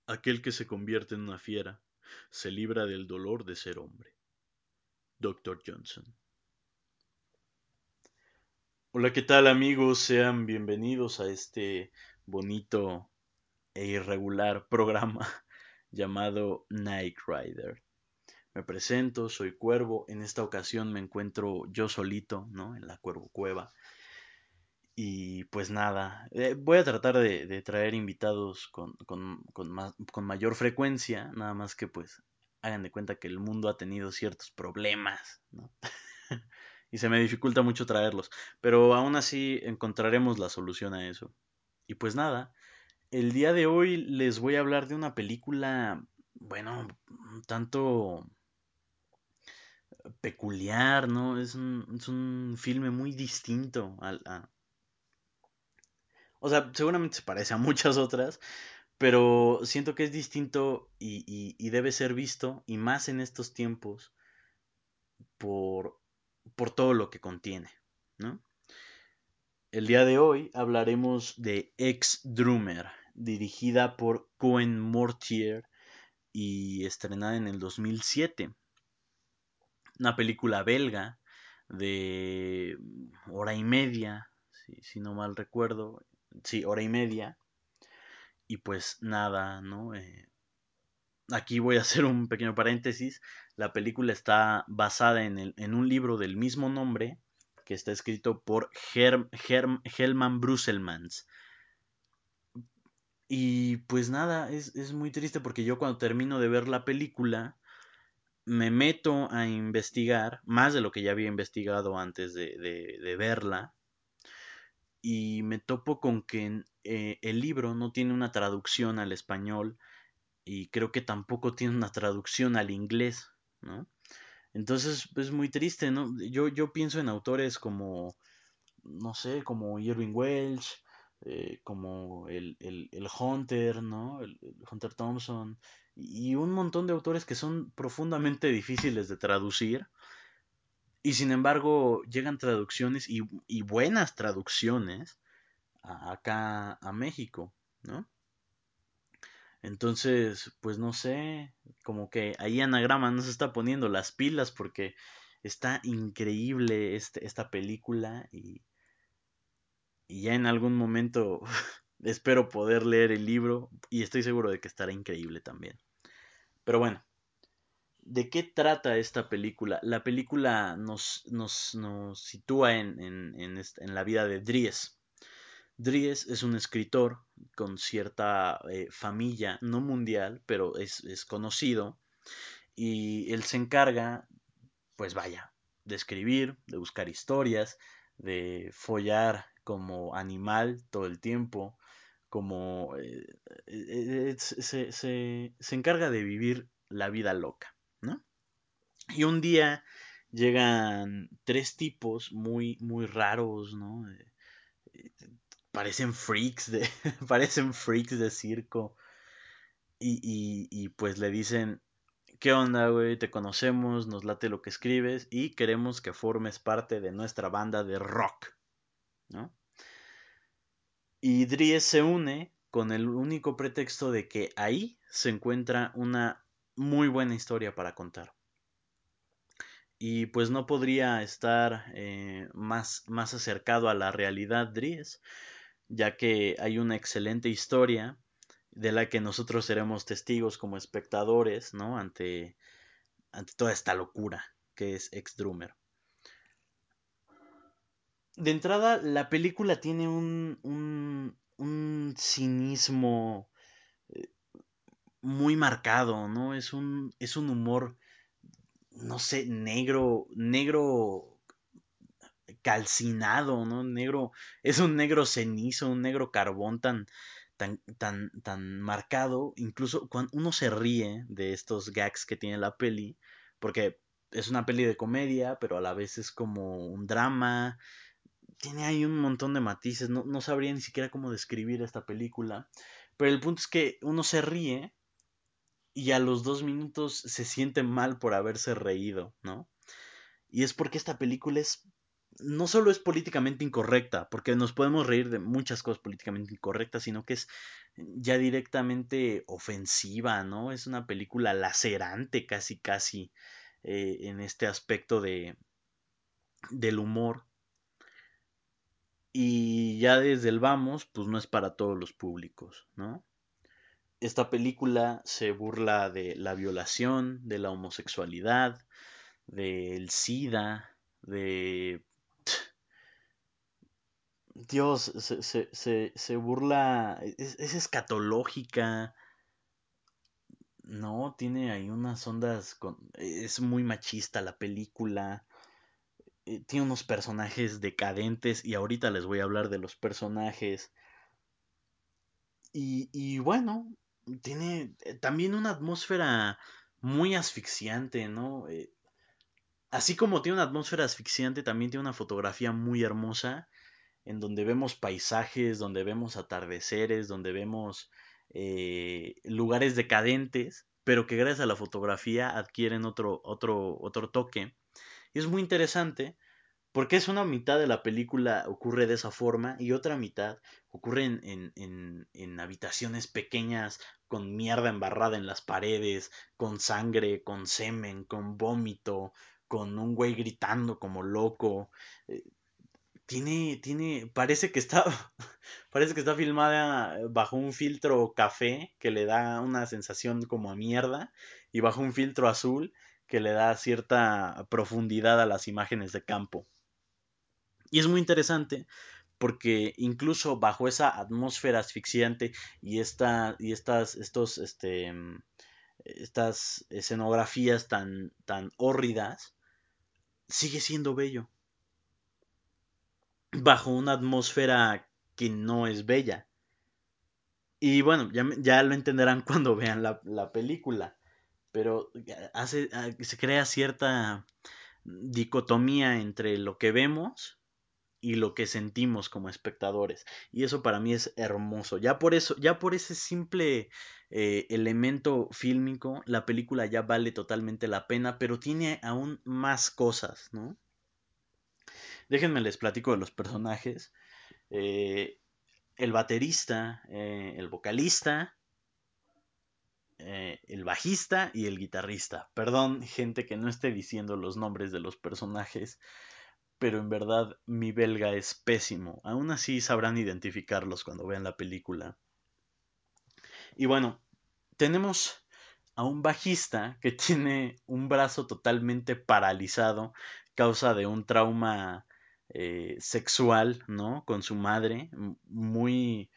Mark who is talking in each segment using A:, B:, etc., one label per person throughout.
A: Aquel que se convierte en una fiera se libra del dolor de ser hombre. Doctor Johnson. Hola, ¿qué tal amigos? Sean bienvenidos a este bonito e irregular programa llamado Knight Rider. Me presento, soy Cuervo. En esta ocasión me encuentro yo solito, ¿no? En la Cuervo Cueva. Y pues nada, voy a tratar de traer invitados con mayor frecuencia, nada más que pues hagan de cuenta que el mundo ha tenido ciertos problemas, ¿no? Y se me dificulta mucho traerlos, pero aún así encontraremos la solución a eso. Y pues nada, el día de hoy les voy a hablar de una película, bueno, un tanto peculiar, ¿no? Es un filme muy distinto o sea, seguramente se parece a muchas otras, pero siento que es distinto y debe ser visto, y más en estos tiempos, por, por todo lo que contiene, ¿no? El día de hoy hablaremos de Ex Drummer, dirigida por Coen Mortier y estrenada en el 2007. Una película belga de hora y media, si no mal recuerdo. Sí, hora y media. Y pues nada, ¿no? Aquí voy a hacer un pequeño paréntesis. La película está basada en un libro del mismo nombre que está escrito por Helman Brusselmans. Y pues nada, es muy triste porque yo cuando termino de ver la película me meto a investigar más de lo que ya había investigado antes de verla y me topo con que el libro no tiene una traducción al español y creo que tampoco tiene una traducción al inglés, ¿no? Entonces es muy triste, ¿no? Yo pienso en autores como, no sé, como Irving Welsh, como el Hunter, ¿no? El Hunter Thompson, y un montón de autores que son profundamente difíciles de traducir, y sin embargo llegan traducciones y buenas traducciones acá a México, ¿no? Entonces, pues no sé, como que ahí Anagrama no se está poniendo las pilas porque está increíble esta película y ya en algún momento espero poder leer el libro y estoy seguro de que estará increíble también. Pero bueno, ¿de qué trata esta película? La película nos sitúa en la vida de Dries. Dries es un escritor con cierta familia, no mundial, pero es conocido. Y él se encarga, pues vaya, de escribir, de buscar historias, de follar como animal todo el tiempo, como se encarga de vivir la vida loca, ¿no? Y un día llegan tres tipos muy raros, ¿no? Eh, parecen freaks de, parecen freaks de circo y pues le dicen, ¿qué onda, güey? Te conocemos, nos late lo que escribes y queremos que formes parte de nuestra banda de rock, ¿no? Y Dries se une con el único pretexto de que ahí se encuentra una muy buena historia para contar. Y pues no podría estar más acercado a la realidad Dries, ya que hay una excelente historia de la que nosotros seremos testigos como espectadores, ¿no? Ante toda esta locura que es Ex Drummer. De entrada, la película tiene un cinismo eh, muy marcado, ¿no? Es un humor, no sé, negro calcinado, ¿no? Negro, es un negro cenizo, un negro carbón tan marcado, incluso cuando uno se ríe de estos gags que tiene la peli, porque es una peli de comedia, pero a la vez es como un drama, tiene ahí un montón de matices, no sabría ni siquiera cómo describir esta película, pero el punto es que uno se ríe y a los 2 minutos se siente mal por haberse reído, ¿no? Y es porque esta película es no solo es políticamente incorrecta, porque nos podemos reír de muchas cosas políticamente incorrectas, sino que es ya directamente ofensiva, ¿no? Es una película lacerante casi casi en este aspecto del humor. Y ya desde el vamos, pues no es para todos los públicos, ¿no? Esta película se burla de la violación, de la homosexualidad, del SIDA, de... Dios, se burla, es escatológica, ¿no? Tiene ahí unas ondas, es muy machista la película, tiene unos personajes decadentes y ahorita les voy a hablar de los personajes. Y bueno, tiene también una atmósfera muy asfixiante, ¿no? Así como tiene una atmósfera asfixiante, también tiene una fotografía muy hermosa, en donde vemos paisajes, donde vemos atardeceres, donde vemos lugares decadentes, pero que gracias a la fotografía adquieren otro toque. Y es muy interesante porque es una mitad de la película ocurre de esa forma y otra mitad ocurre en habitaciones pequeñas con mierda embarrada en las paredes, con sangre, con semen, con vómito, con un güey gritando como loco. Eh, parece que está, parece que está filmada bajo un filtro café que le da una sensación como a mierda y bajo un filtro azul que le da cierta profundidad a las imágenes de campo. Y es muy interesante porque incluso bajo esa atmósfera asfixiante estas escenografías tan hórridas, sigue siendo bello. Bajo una atmósfera que no es bella. Y bueno, ya lo entenderán cuando vean la película. Pero se crea cierta dicotomía entre lo que vemos y lo que sentimos como espectadores. Y eso para mí es hermoso. Ya por eso, ya por ese simple elemento fílmico, la película ya vale totalmente la pena, pero tiene aún más cosas, ¿no? Déjenme les platico de los personajes. Eh, el baterista, el vocalista, el bajista y el guitarrista. Perdón, gente, que no esté diciendo los nombres de los personajes, pero en verdad mi belga es pésimo. Aún así sabrán identificarlos cuando vean la película. Y bueno, tenemos a un bajista que tiene un brazo totalmente paralizado, causa de un trauma sexual, ¿no? Con su madre, muy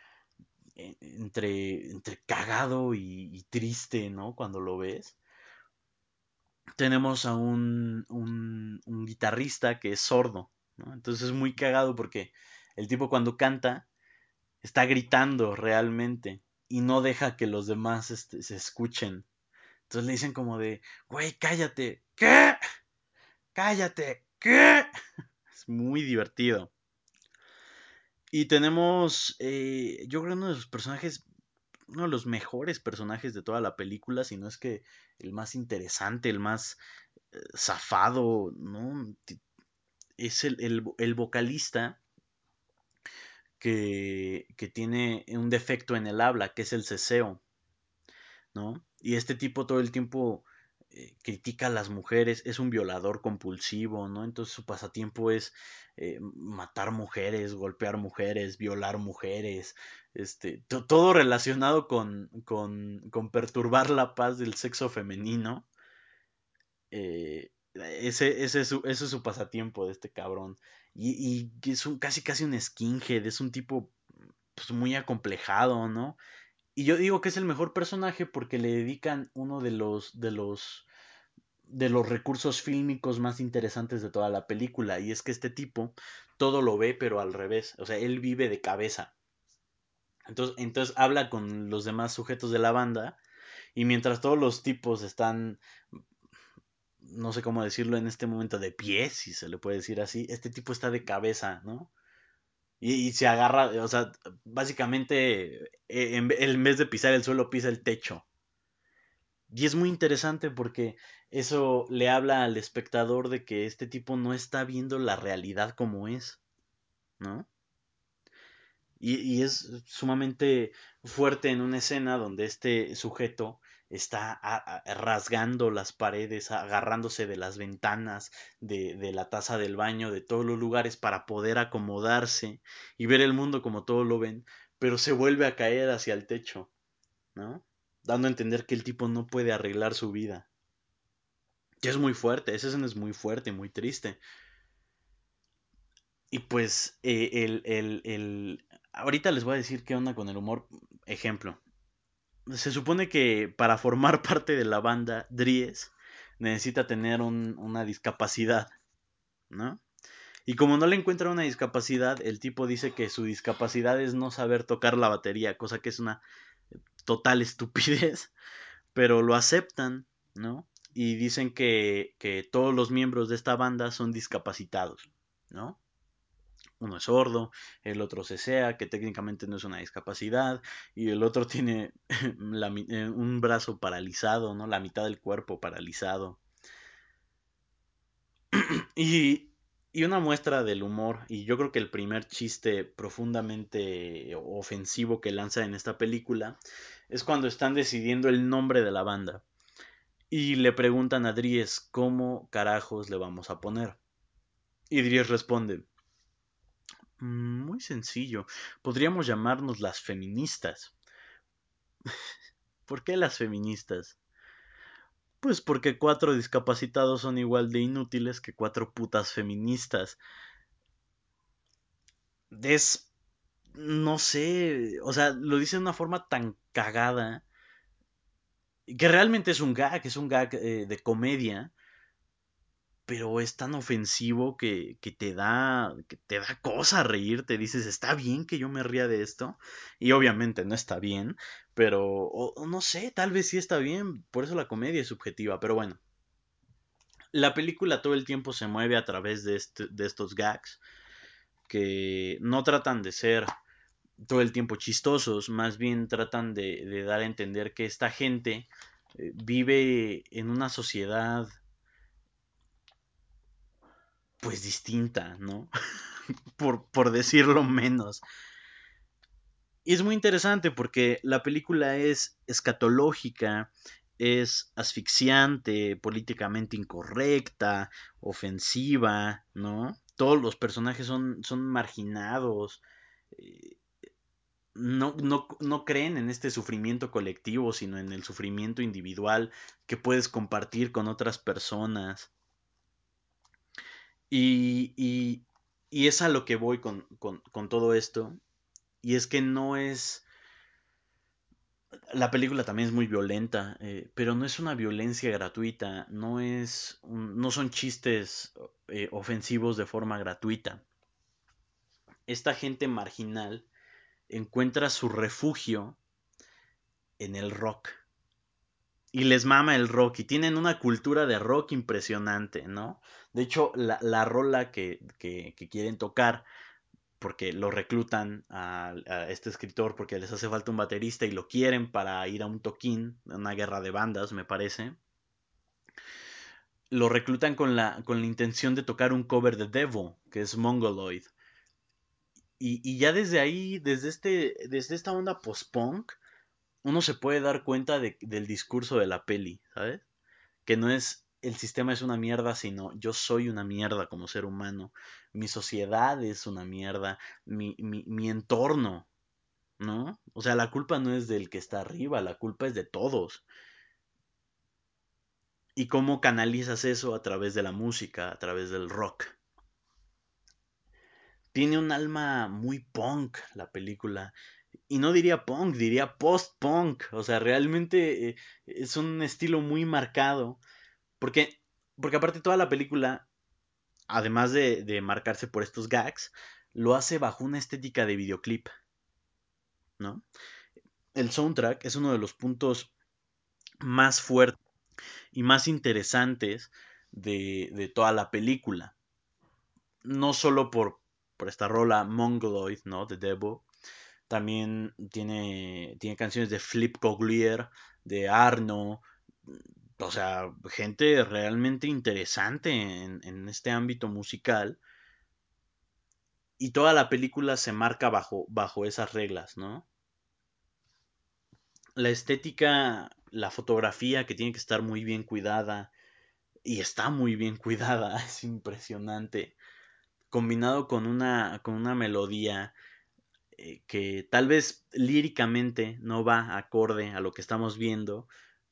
A: entre cagado y triste, ¿no? Cuando lo ves. Tenemos a un guitarrista que es sordo, ¿no? Entonces es muy cagado porque el tipo cuando canta está gritando realmente y no deja que los demás se escuchen. Entonces le dicen como de, güey, cállate. ¿Qué? Cállate. ¿Qué? Es muy divertido. Y tenemos, yo creo, uno de los personajes, uno de los mejores personajes de toda la película, si no es que el más interesante, el más zafado, ¿no? Es el vocalista que tiene un defecto en el habla, que es el ceseo, ¿no? Y este tipo todo el tiempo critica a las mujeres, es un violador compulsivo, ¿no? Entonces su pasatiempo es matar mujeres, golpear mujeres, violar mujeres, todo relacionado con perturbar la paz del sexo femenino. Ese es su pasatiempo de este cabrón. Y que es casi casi un skinhead, es un tipo pues, muy acomplejado, ¿no? Y yo digo que es el mejor personaje porque le dedican uno de los recursos fílmicos más interesantes de toda la película. Y es que este tipo todo lo ve, pero al revés. O sea, él vive de cabeza. Entonces habla con los demás sujetos de la banda. Y mientras todos los tipos están, no sé cómo decirlo en este momento, de pie, si se le puede decir así, este tipo está de cabeza, ¿no? Y se agarra, o sea, básicamente en vez de pisar el suelo, pisa el techo. Y es muy interesante porque eso le habla al espectador de que este tipo no está viendo la realidad como es, ¿no? Y es sumamente fuerte en una escena donde este sujeto está rasgando las paredes, agarrándose de las ventanas, de la taza del baño, de todos los lugares para poder acomodarse y ver el mundo como todos lo ven, pero se vuelve a caer hacia el techo, ¿no? Dando a entender que el tipo no puede arreglar su vida. Y es muy fuerte, esa escena es muy fuerte, muy triste. Y pues ahorita les voy a decir qué onda con el humor. Ejemplo, se supone que para formar parte de la banda, Dries necesita tener una discapacidad, ¿no? Y como no le encuentra una discapacidad, el tipo dice que su discapacidad es no saber tocar la batería, cosa que es una total estupidez, pero lo aceptan, ¿no? Y dicen que todos los miembros de esta banda son discapacitados, ¿no? Uno es sordo, el otro cesea, que técnicamente no es una discapacidad, y el otro tiene un brazo paralizado, ¿no? La mitad del cuerpo paralizado. Y, y una muestra del humor, y yo creo que el primer chiste profundamente ofensivo que lanza en esta película es cuando están decidiendo el nombre de la banda. Y le preguntan a Dries cómo carajos le vamos a poner. Y Dries responde, muy sencillo. Podríamos llamarnos las feministas. ¿Por qué las feministas? Pues porque cuatro discapacitados son igual de inútiles que cuatro putas feministas. Es... No sé, o sea, lo dice de una forma tan cagada que realmente es un gag de comedia, pero es tan ofensivo que te da cosa reírte. Dices, ¿está bien que yo me ría de esto? Y obviamente no está bien, pero o no sé, tal vez sí está bien. Por eso la comedia es subjetiva, pero bueno. La película todo el tiempo se mueve a través de estos gags que no tratan de ser todo el tiempo chistosos, más bien tratan de dar a entender que esta gente vive en una sociedad pues distinta, ¿no? Por decirlo menos. Y es muy interesante porque la película es escatológica, es asfixiante, políticamente incorrecta, ofensiva, ¿no? Todos los personajes son marginados, eh, no creen en este sufrimiento colectivo, sino en el sufrimiento individual que puedes compartir con otras personas. Y, y, y es a lo que voy con todo esto. Y es que no es... La película también es muy violenta, pero no es una violencia gratuita, no son chistes ofensivos de forma gratuita. Esta gente marginal encuentra su refugio en el rock. Y les mama el rock y tienen una cultura de rock impresionante, ¿no? De hecho, la rola que quieren tocar porque lo reclutan a este escritor porque les hace falta un baterista y lo quieren para ir a un toquín, una guerra de bandas, me parece. Lo reclutan con la intención de tocar un cover de Devil, que es Mongoloid. Y ya desde ahí, desde esta onda post-punk, uno se puede dar cuenta del discurso de la peli, ¿sabes? Que no es el sistema es una mierda, sino yo soy una mierda como ser humano, mi sociedad es una mierda, mi entorno, ¿no? O sea, la culpa no es del que está arriba, la culpa es de todos. ¿Y cómo canalizas eso a través de la música, a través del rock? Tiene un alma muy punk la película. Y no diría punk, diría post-punk. O sea, realmente es un estilo muy marcado. Porque, porque aparte toda la película, además de marcarse por estos gags, lo hace bajo una estética de videoclip, ¿no? El soundtrack es uno de los puntos más fuertes y más interesantes de toda la película. No solo por esta rola Mongoloid, ¿no? De Devil. También tiene canciones de Flip Coglier, de Arno. o sea, gente realmente interesante en este ámbito musical. Y toda la película se marca bajo esas reglas, ¿no? La estética, la fotografía que tiene que estar muy bien cuidada, y está muy bien cuidada, es impresionante, combinado con una melodía que tal vez líricamente no va acorde a lo que estamos viendo,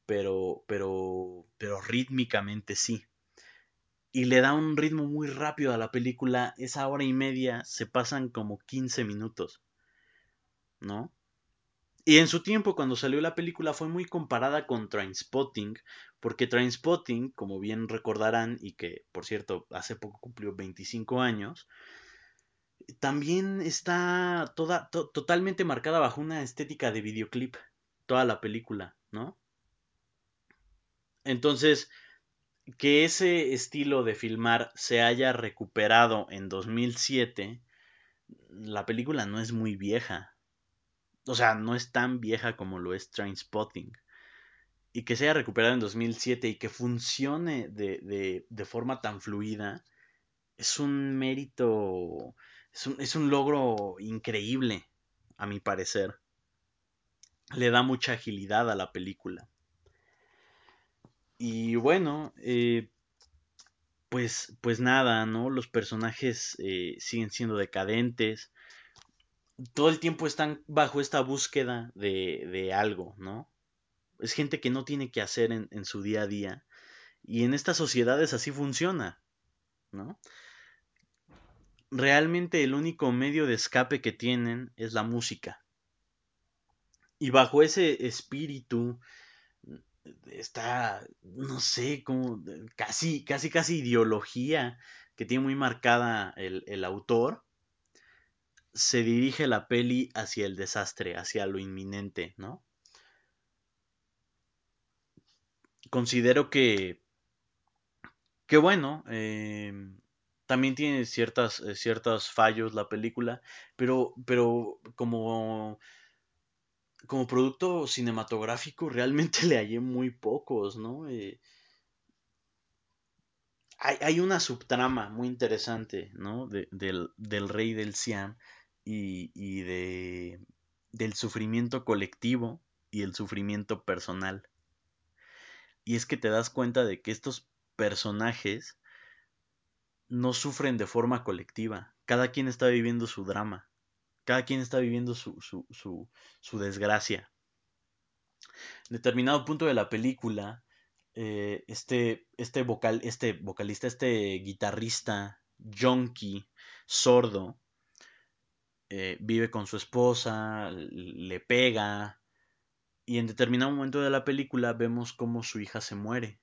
A: pero rítmicamente sí. Y le da un ritmo muy rápido a la película. Esa hora y media se pasan como 15 minutos, ¿no? Y en su tiempo, cuando salió la película, fue muy comparada con Trainspotting, porque Trainspotting, como bien recordarán, y que por cierto hace poco cumplió 25 años, también está totalmente marcada bajo una estética de videoclip, toda la película, ¿no? Entonces, que ese estilo de filmar se haya recuperado en 2007, la película no es muy vieja. O sea, no es tan vieja como lo es Trainspotting. Y que se haya recuperado en 2007 y que funcione de forma tan fluida, es un mérito, es un logro increíble, a mi parecer. Le da mucha agilidad a la película. Y bueno, pues nada, ¿no? Los personajes siguen siendo decadentes. Todo el tiempo están bajo esta búsqueda de algo, ¿no? Es gente que no tiene que hacer en su día a día. Y en estas sociedades así funciona, ¿no? Realmente el único medio de escape que tienen es la música. Y bajo ese espíritu está, no sé, como casi ideología que tiene muy marcada el autor, se dirige la peli hacia el desastre, hacia lo inminente, ¿no? Considero que bueno, también tiene ciertos fallos la película, pero como producto cinematográfico realmente le hallé muy pocos, ¿no? Hay una subtrama muy interesante, ¿no? Del rey del Siam y del sufrimiento colectivo y el sufrimiento personal. Y es que te das cuenta de que estos personajes no sufren de forma colectiva. Cada quien está viviendo su drama. Cada quien está viviendo su desgracia. En determinado punto de la película, este vocalista, este guitarrista, junkie, sordo, vive con su esposa, le pega, y en determinado momento de la película vemos cómo su hija se muere.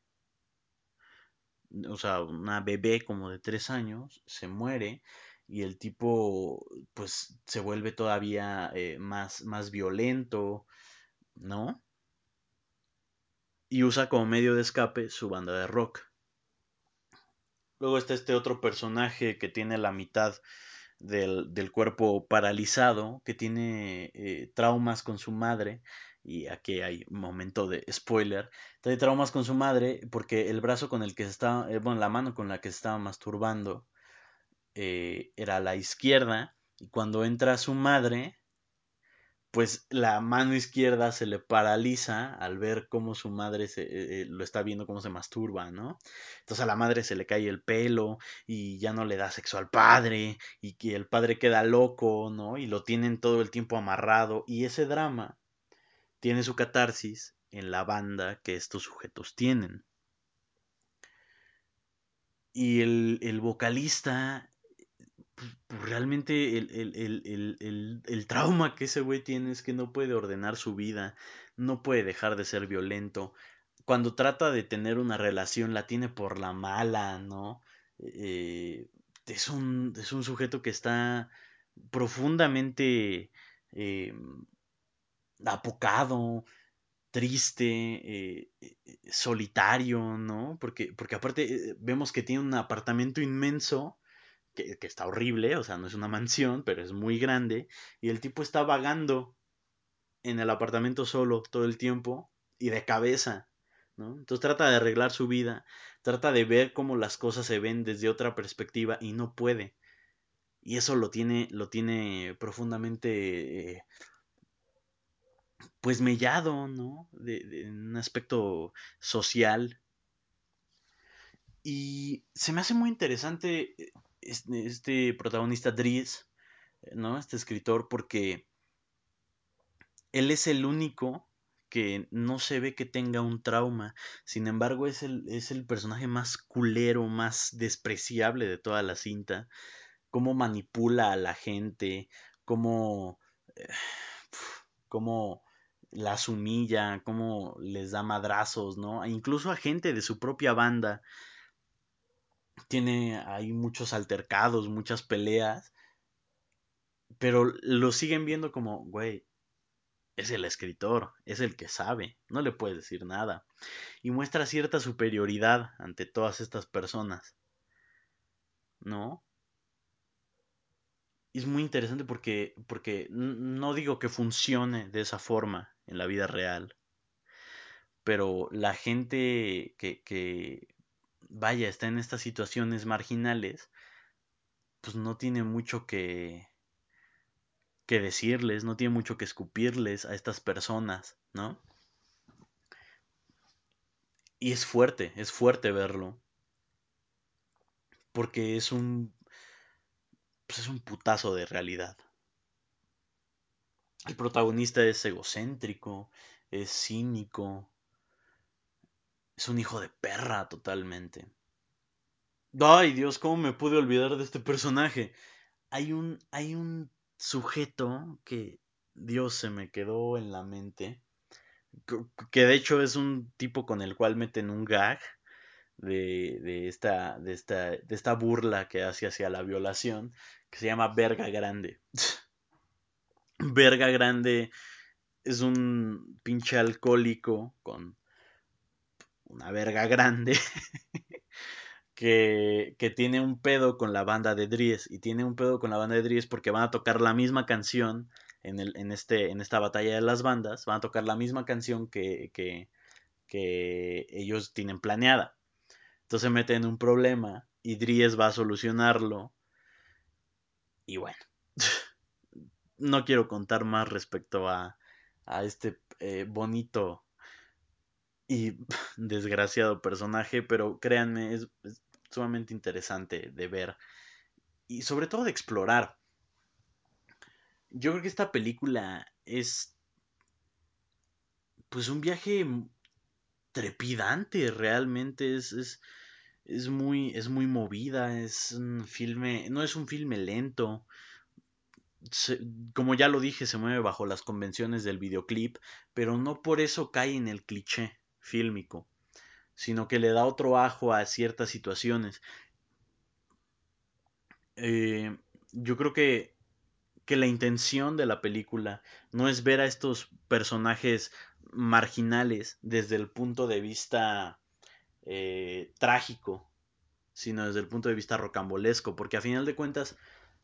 A: O sea, una bebé como de 3 años se muere y el tipo pues se vuelve todavía más violento, ¿no? Y usa como medio de escape su banda de rock. Luego está este otro personaje que tiene la mitad del cuerpo paralizado, que tiene traumas con su madre, y aquí hay un momento de spoiler, tiene traumas con su madre porque el brazo con el que se estaba, bueno, la mano con la que se estaba masturbando era la izquierda, y cuando entra su madre, pues la mano izquierda se le paraliza al ver cómo su madre lo está viendo cómo se masturba, ¿no? Entonces a la madre se le cae el pelo y ya no le da sexo al padre y que el padre queda loco, ¿no? Y lo tienen todo el tiempo amarrado y ese drama tiene su catarsis en la banda que estos sujetos tienen. Y el vocalista pues realmente el trauma que ese güey tiene es que no puede ordenar su vida, no puede dejar de ser violento. Cuando trata de tener una relación, la tiene por la mala, ¿no? Es un sujeto que está profundamente eh, apocado, triste, solitario, ¿no? Porque aparte vemos que tiene un apartamento inmenso que está horrible, o sea, no es una mansión, pero es muy grande, y el tipo está vagando en el apartamento solo todo el tiempo y de cabeza. ¿no? Entonces trata de arreglar su vida, trata de ver cómo las cosas se ven desde otra perspectiva y no puede. Y eso lo tiene profundamente, pues mellado, ¿no? De un aspecto social. Y se me hace muy interesante este protagonista Dries, ¿no? Este escritor, porque él es el único que no se ve que tenga un trauma. Sin embargo, es el personaje más culero, más despreciable de toda la cinta. Cómo manipula a la gente, cómo, eh, cómo las humilla, cómo les da madrazos, ¿no? E incluso a gente de su propia banda. Tiene ahí muchos altercados, muchas peleas, pero lo siguen viendo como, güey, es el escritor, es el que sabe, no le puedes decir nada. Y muestra cierta superioridad ante todas estas personas, ¿no? Y es muy interesante porque no digo que funcione de esa forma en la vida real, pero la gente vaya, está en estas situaciones marginales, pues no tiene mucho que decirles, no tiene mucho que escupirles a estas personas, ¿no? Y es fuerte verlo, porque pues es un putazo de realidad. El protagonista es egocéntrico, es cínico, es un hijo de perra totalmente. Ay, Dios, ¿cómo me pude olvidar de este personaje? Hay un sujeto que, Dios, se me quedó en la mente, que de hecho es un tipo con el cual meten un gag de esta burla que hace hacia la violación, que se llama Verga Grande. Verga Grande es un pinche alcohólico con una verga grande que tiene un pedo con la banda de Dries. Y tiene un pedo con la banda de Dries porque van a tocar la misma canción en esta batalla de las bandas. Van a tocar la misma canción que ellos tienen planeada. Entonces se mete en un problema y Dries va a solucionarlo. Y bueno, no quiero contar más respecto a este bonito y desgraciado personaje, pero créanme, es sumamente interesante de ver y sobre todo de explorar. Yo creo que esta película es pues un viaje trepidante, realmente es muy movida, es un filme, no es un filme lento, se- como ya lo dije, se mueve bajo las convenciones del videoclip, pero no por eso cae en el cliché fílmico, sino que le da otro ajo a ciertas situaciones. Eh, yo creo que la intención de la película no es ver a estos personajes marginales desde el punto de vista trágico, sino desde el punto de vista rocambolesco, porque a final de cuentas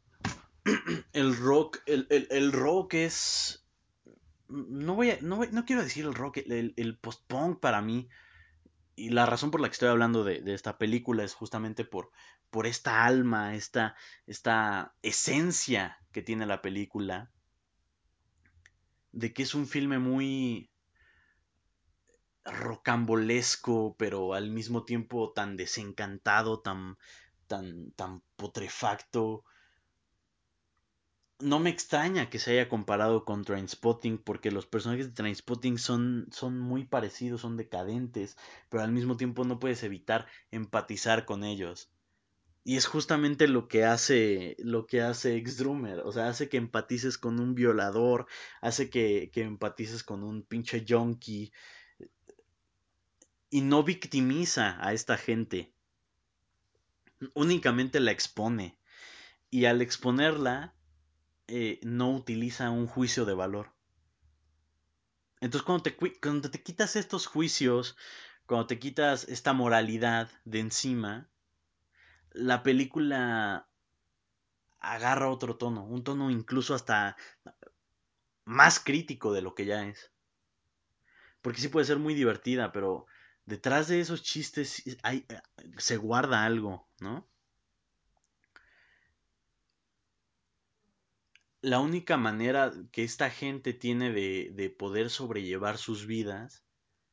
A: el rock es no quiero decir el rock, el post-punk para mí, y la razón por la que estoy hablando de esta película es justamente por esta alma, esta esencia que tiene la película, de que es un filme muy rocambolesco, pero al mismo tiempo tan desencantado, tan putrefacto. No me extraña que se haya comparado con Trainspotting porque los personajes de Trainspotting son muy parecidos, son decadentes, pero al mismo tiempo no puedes evitar empatizar con ellos. Y es justamente lo que hace X-Drummer, o sea, hace que empatices con un violador, hace que empatices con un pinche junkie y no victimiza a esta gente, únicamente la expone y al exponerla no utiliza un juicio de valor. Entonces cuando te quitas estos juicios, cuando te quitas esta moralidad de encima, la película agarra otro tono, un tono incluso hasta más crítico de lo que ya es. Porque sí puede ser muy divertida, pero detrás de esos chistes se guarda algo, ¿no? La única manera que esta gente tiene de poder sobrellevar sus vidas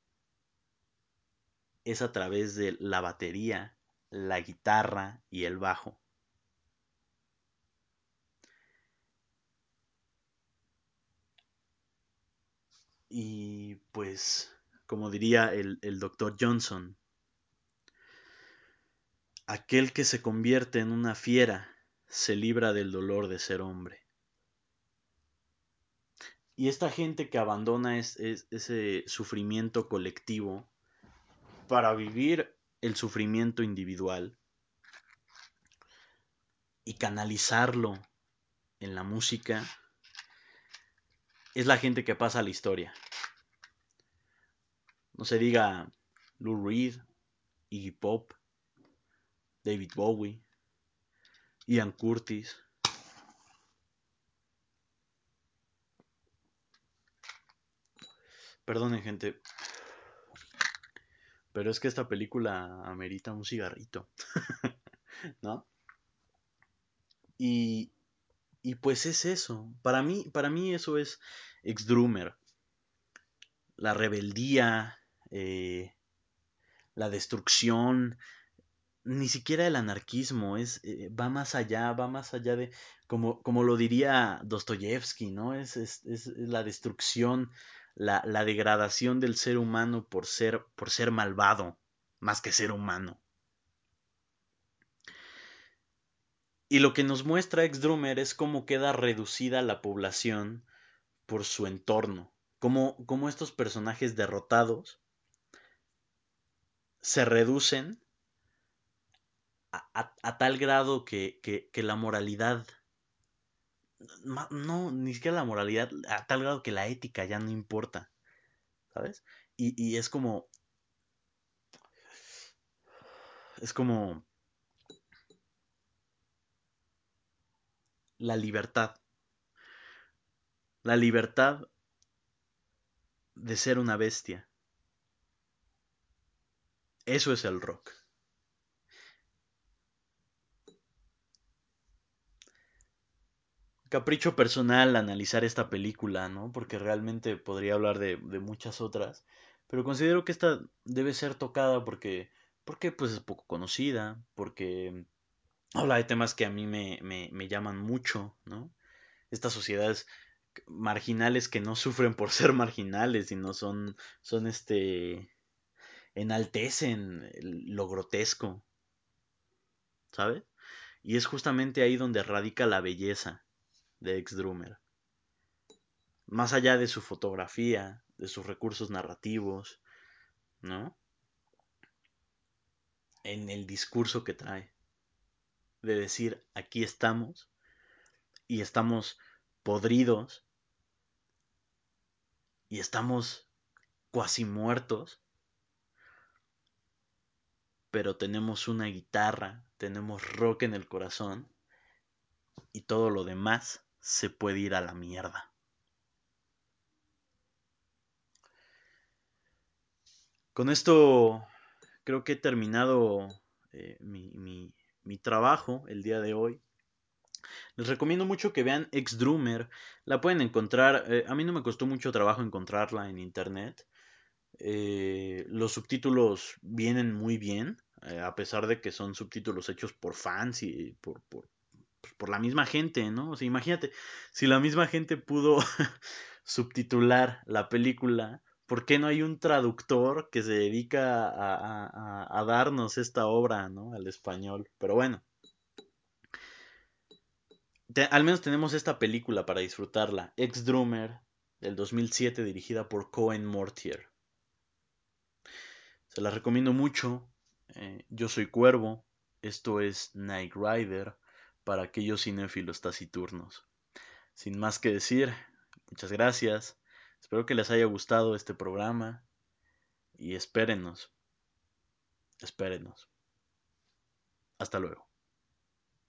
A: es a través de la batería, la guitarra y el bajo. Y pues, como diría el doctor Johnson, aquel que se convierte en una fiera se libra del dolor de ser hombre. Y esta gente que abandona ese sufrimiento colectivo para vivir el sufrimiento individual y canalizarlo en la música, es la gente que pasa a la historia. No se diga Lou Reed, Iggy Pop, David Bowie, Ian Curtis. Perdonen, gente, pero es que esta película amerita un cigarrito, ¿no? Y, y pues es eso. Para mí eso es Ex-Drummer. La rebeldía, eh, la destrucción, ni siquiera el anarquismo, va más allá de, como lo diría Dostoyevsky, ¿no? Es la destrucción, la degradación del ser humano por ser malvado, más que ser humano. Y lo que nos muestra Ex-Drummer es cómo queda reducida la población por su entorno, cómo estos personajes derrotados se reducen a tal grado que la moralidad, no, ni siquiera la moralidad, a tal grado que la ética ya no importa, ¿sabes? Y es como la libertad de ser una bestia. Eso es el rock. Capricho personal analizar esta película, ¿no? Porque realmente podría hablar de muchas otras, pero considero que esta debe ser tocada porque pues es poco conocida, porque habla de temas que a mí me llaman mucho, ¿no? Estas sociedades marginales que no sufren por ser marginales, sino son enaltecen lo grotesco, ¿sabes? Y es justamente ahí donde radica la belleza de Ex-Drummer. Más allá de su fotografía, de sus recursos narrativos, ¿no? En el discurso que trae, de decir, aquí estamos y estamos podridos y estamos cuasi muertos, pero tenemos una guitarra, tenemos rock en el corazón y todo lo demás se puede ir a la mierda. Con esto creo que he terminado mi trabajo el día de hoy. Les recomiendo mucho que vean Ex-Drummer. La pueden encontrar. A mí no me costó mucho trabajo encontrarla en internet. Los subtítulos vienen muy bien. A pesar de que son subtítulos hechos por fans y por la misma gente, ¿no? O sea, imagínate, si la misma gente pudo subtitular la película, ¿por qué no hay un traductor que se dedica a darnos esta obra, ¿no? Al español. Pero bueno, al menos tenemos esta película para disfrutarla. Ex-Drummer del 2007 dirigida por Cohen Mortier. Se la recomiendo mucho. Yo soy Cuervo. Esto es Knight Rider para aquellos cinéfilos taciturnos. Sin más que decir, muchas gracias. Espero que les haya gustado este programa y espérenos. Espérenos. Hasta luego.